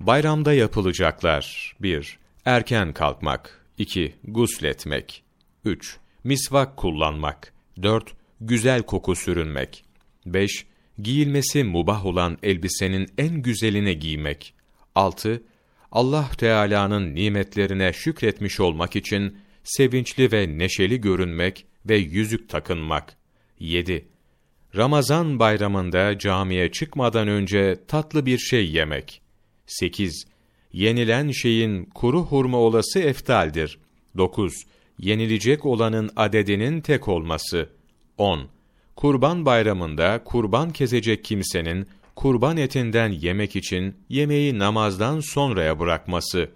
Bayramda yapılacaklar: 1. Erken kalkmak. 2. Gusletmek. 3. Misvak kullanmak. 4. Güzel koku sürünmek. 5. Giyilmesi mubah olan elbisenin en güzelini giymek. 6. Allah Teala'nın nimetlerine şükretmiş olmak için sevinçli ve neşeli görünmek ve yüzük takınmak. 7. Ramazan bayramında camiye çıkmadan önce tatlı bir şey yemek. 8. Yenilen şeyin kuru hurma olası eftaldir. 9. Yenilecek olanın adedinin tek olması. 10. Kurban bayramında kurban kesecek kimsenin kurban etinden yemek için yemeği namazdan sonraya bırakması.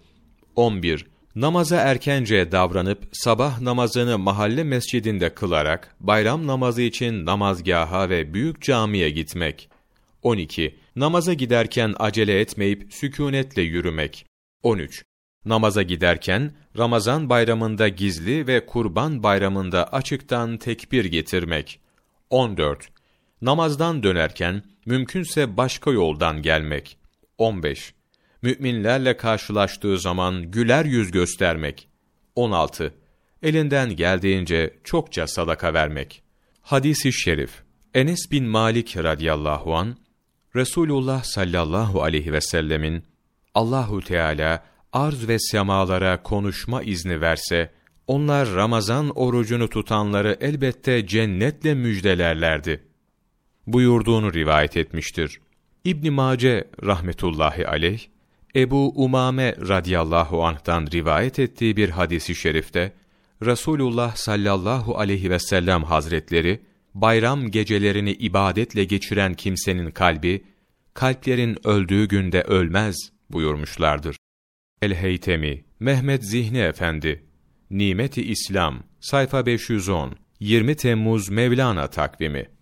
11. Namaza erkence davranıp sabah namazını mahalle mescidinde kılarak bayram namazı için namazgâha ve büyük camiye gitmek. 12. Namaza giderken acele etmeyip sükûnetle yürümek. 13. Namaza giderken Ramazan bayramında gizli ve kurban bayramında açıktan tekbir getirmek. 14. Namazdan dönerken mümkünse başka yoldan gelmek. 15. Müminlerle karşılaştığı zaman güler yüz göstermek. 16. Elinden geldiğince çokça sadaka vermek. Hadis-i şerif. Enes bin Malik radıyallahu an, Resulullah sallallahu aleyhi ve sellemin Allahu Teala arz ve semalara konuşma izni verse, onlar Ramazan orucunu tutanları elbette cennetle müjdelerlerdi buyurduğunu rivayet etmiştir. İbn Mace rahmetullahi aleyh, Ebu Umame radıyallahu anh'tan rivayet ettiği bir hadis-i şerifte, Resulullah sallallahu aleyhi ve sellem hazretleri, bayram gecelerini ibadetle geçiren kimsenin kalbi, kalplerin öldüğü günde ölmez buyurmuşlardır. El-Heytemi, Mehmet Zihni Efendi, Nimet-i İslam, sayfa 510, 20 Temmuz Mevlana takvimi.